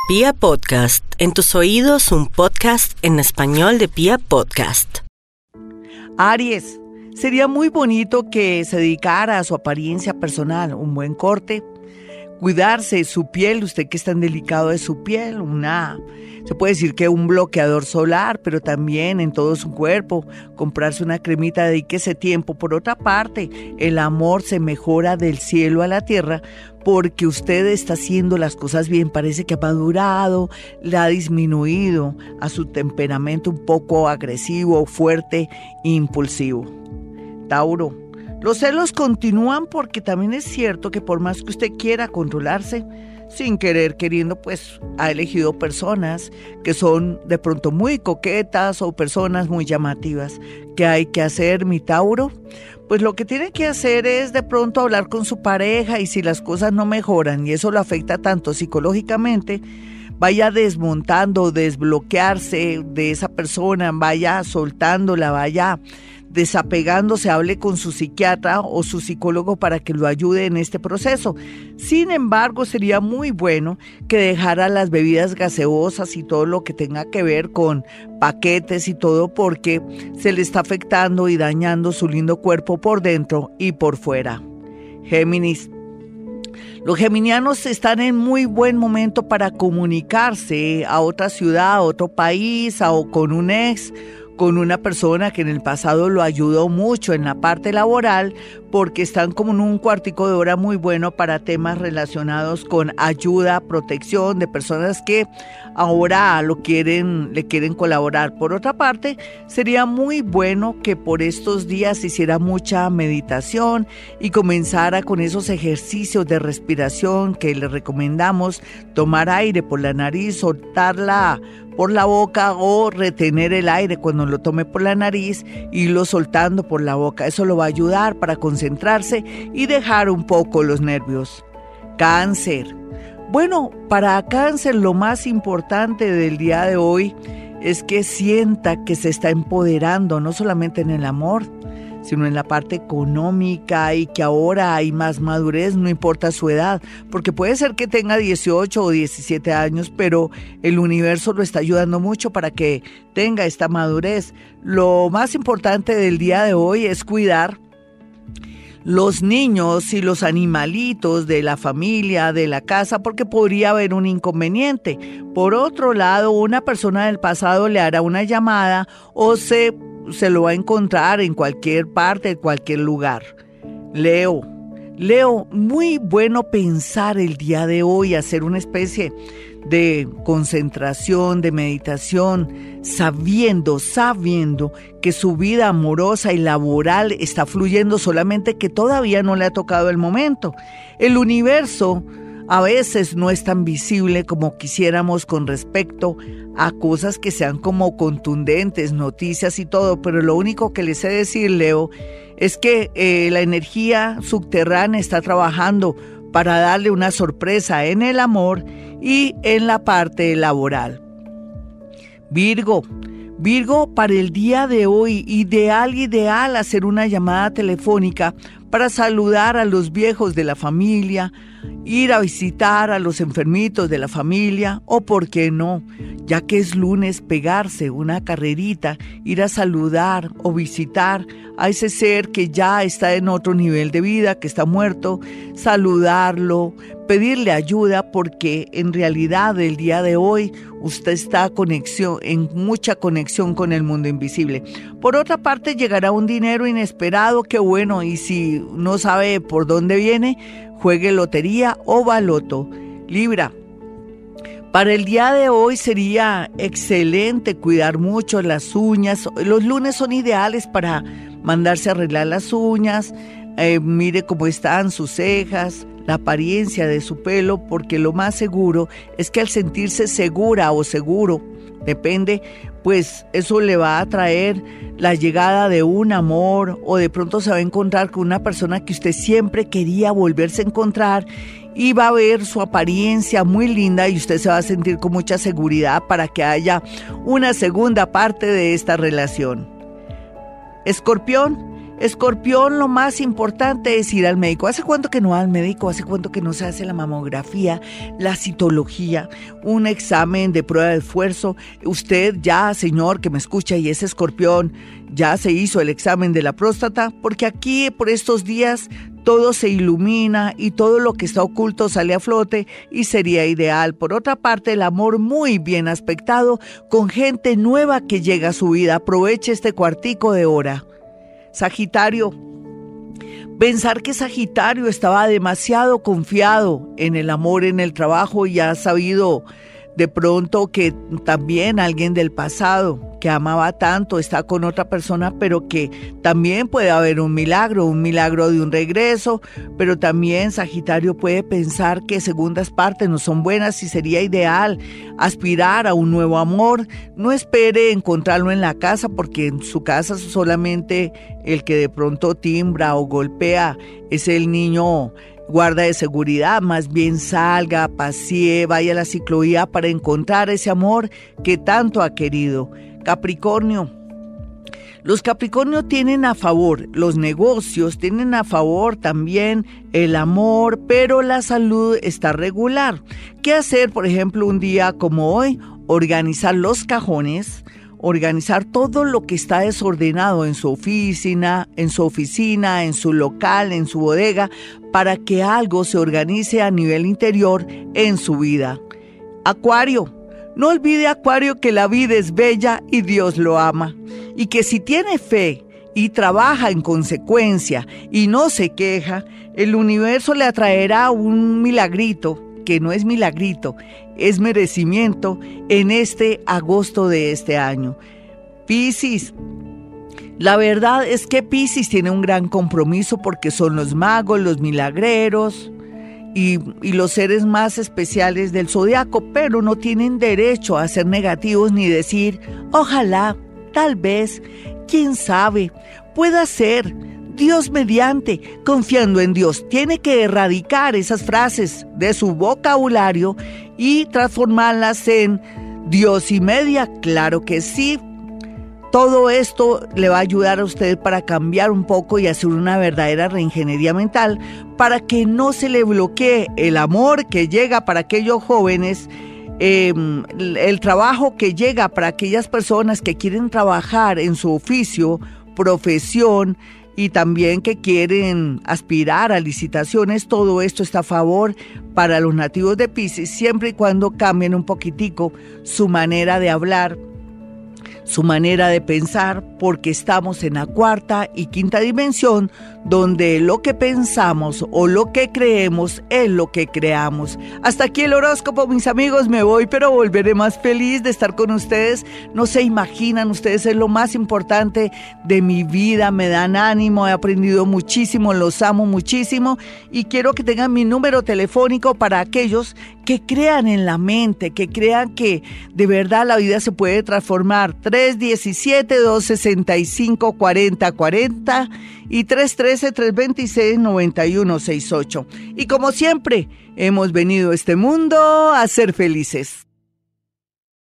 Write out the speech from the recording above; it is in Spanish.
Pia Podcast, en tus oídos un podcast en español de Pia Podcast. Aries, sería muy bonito que se dedicara a su apariencia personal, un buen corte, cuidarse su piel, usted que es tan delicado de su piel, se puede decir que un bloqueador solar, pero también en todo su cuerpo, comprarse una cremita, dedíquese tiempo. Por otra parte, el amor se mejora del cielo a la tierra porque usted está haciendo las cosas bien, parece que ha madurado, le ha disminuido a su temperamento un poco agresivo, fuerte e impulsivo. Tauro, los celos continúan porque también es cierto que por más que usted quiera controlarse, sin querer, queriendo, pues ha elegido personas que son de pronto muy coquetas o personas muy llamativas. ¿Qué hay que hacer, mi Tauro? Pues lo que tiene que hacer es de pronto hablar con su pareja y si las cosas no mejoran y eso lo afecta tanto psicológicamente, vaya desmontando, desbloquearse de esa persona, vaya soltándola, vaya desapegándose, hable con su psiquiatra o su psicólogo para que lo ayude en este proceso. Sin embargo, sería muy bueno que dejara las bebidas gaseosas y todo lo que tenga que ver con paquetes y todo porque se le está afectando y dañando su lindo cuerpo por dentro y por fuera. Géminis. Los geminianos están en muy buen momento para comunicarse a otra ciudad, a otro país, o con un ex, con una persona que en el pasado lo ayudó mucho en la parte laboral, porque están como en un cuartico de hora muy bueno para temas relacionados con ayuda, protección de personas que ahora le quieren colaborar. Por otra parte, sería muy bueno que por estos días hiciera mucha meditación y comenzara con esos ejercicios de respiración que le recomendamos, tomar aire por la nariz, soltarla por la boca o retener el aire cuando lo tome por la nariz y irlo soltando por la boca. Eso lo va a ayudar para concentrarse y dejar un poco los nervios. Cáncer. Bueno, para Cáncer lo más importante del día de hoy es que sienta que se está empoderando, no solamente en el amor, sino en la parte económica y que ahora hay más madurez, no importa su edad, porque puede ser que tenga 18 o 17 años, pero el universo lo está ayudando mucho para que tenga esta madurez. Lo más importante del día de hoy es cuidar los niños y los animalitos de la familia, de la casa, porque podría haber un inconveniente. Por otro lado, una persona del pasado le hará una llamada o se lo va a encontrar en cualquier parte, en cualquier lugar. Leo, muy bueno pensar el día de hoy, hacer una especie de concentración, de meditación, sabiendo que su vida amorosa y laboral está fluyendo, solamente que todavía no le ha tocado el momento. El universo a veces no es tan visible como quisiéramos con respecto a cosas que sean como contundentes, noticias y todo, pero lo único que les sé decir, Leo, es que la energía subterránea está trabajando para darle una sorpresa en el amor y en la parte laboral. Virgo, para el día de hoy, ideal hacer una llamada telefónica para saludar a los viejos de la familia, ir a visitar a los enfermitos de la familia o, ¿por qué no? Ya que es lunes, pegarse una carrerita, ir a saludar o visitar a ese ser que ya está en otro nivel de vida, que está muerto, saludarlo, pedirle ayuda, porque en realidad el día de hoy usted está en mucha conexión con el mundo invisible. Por otra parte, llegará un dinero inesperado, qué bueno, y si no sabe por dónde viene, juegue lotería o baloto. Libra, para el día de hoy sería excelente cuidar mucho las uñas. Los lunes son ideales para mandarse a arreglar las uñas. Mire cómo están sus cejas, la apariencia de su pelo, porque lo más seguro es que al sentirse segura o seguro, depende, pues eso le va a traer la llegada de un amor, o de pronto se va a encontrar con una persona que usted siempre quería volverse a encontrar y va a ver su apariencia muy linda y usted se va a sentir con mucha seguridad para que haya una segunda parte de esta relación. Escorpión, Escorpión, lo más importante es ir al médico. ¿Hace cuánto que no va al médico? ¿Hace cuánto que no se hace la mamografía, la citología, un examen de prueba de esfuerzo? Usted ya, señor, que me escucha y es escorpión, ya se hizo el examen de la próstata, porque aquí por estos días todo se ilumina y todo lo que está oculto sale a flote y sería ideal. Por otra parte, el amor muy bien aspectado con gente nueva que llega a su vida. Aproveche este cuartico de hora. Sagitario, pensar que Sagitario estaba demasiado confiado en el amor, en el trabajo y ha sabido de pronto que también alguien del pasado que amaba tanto está con otra persona, pero que también puede haber un milagro de un regreso, pero también Sagitario puede pensar que segundas partes no son buenas y sería ideal aspirar a un nuevo amor. No espere encontrarlo en la casa, porque en su casa solamente el que de pronto timbra o golpea es el niño guarda de seguridad. Más bien salga, pasee, vaya a la ciclovía para encontrar ese amor que tanto ha querido. Capricornio, los Capricornio tienen a favor los negocios, tienen a favor también el amor, pero la salud está regular. ¿Qué hacer, por ejemplo, un día como hoy? Organizar los cajones, organizar todo lo que está desordenado en su oficina, en su local, en su bodega, para que algo se organice a nivel interior en su vida. Acuario, no olvide, Acuario, que la vida es bella y Dios lo ama, y que si tiene fe y trabaja en consecuencia y no se queja, el universo le atraerá un milagrito, que no es milagrito, es merecimiento en este agosto de este año. Piscis, la verdad es que Piscis tiene un gran compromiso porque son los magos, los milagreros y los seres más especiales del zodiaco, pero no tienen derecho a ser negativos ni decir ojalá, tal vez, quién sabe, pueda ser, Dios mediante, confiando en Dios. Tiene que erradicar esas frases de su vocabulario y transformarlas en Dios y media. Claro que sí. Todo esto le va a ayudar a usted para cambiar un poco y hacer una verdadera reingeniería mental para que no se le bloquee el amor que llega para aquellos jóvenes, el trabajo que llega para aquellas personas que quieren trabajar en su oficio, profesión, y también que quieren aspirar a licitaciones. Todo esto está a favor para los nativos de Piscis, siempre y cuando cambien un poquitico su manera de hablar, su manera de pensar, porque estamos en la cuarta y quinta dimensión, donde lo que pensamos o lo que creemos es lo que creamos. Hasta aquí el horóscopo, mis amigos, me voy, pero volveré más feliz de estar con ustedes. No se imaginan, ustedes es lo más importante de mi vida, me dan ánimo, he aprendido muchísimo, los amo muchísimo y quiero que tengan mi número telefónico para aquellos que crean en la mente, que crean que de verdad la vida se puede transformar. 317-265-4040 y 313-326-9168. Y como siempre, hemos venido a este mundo a ser felices.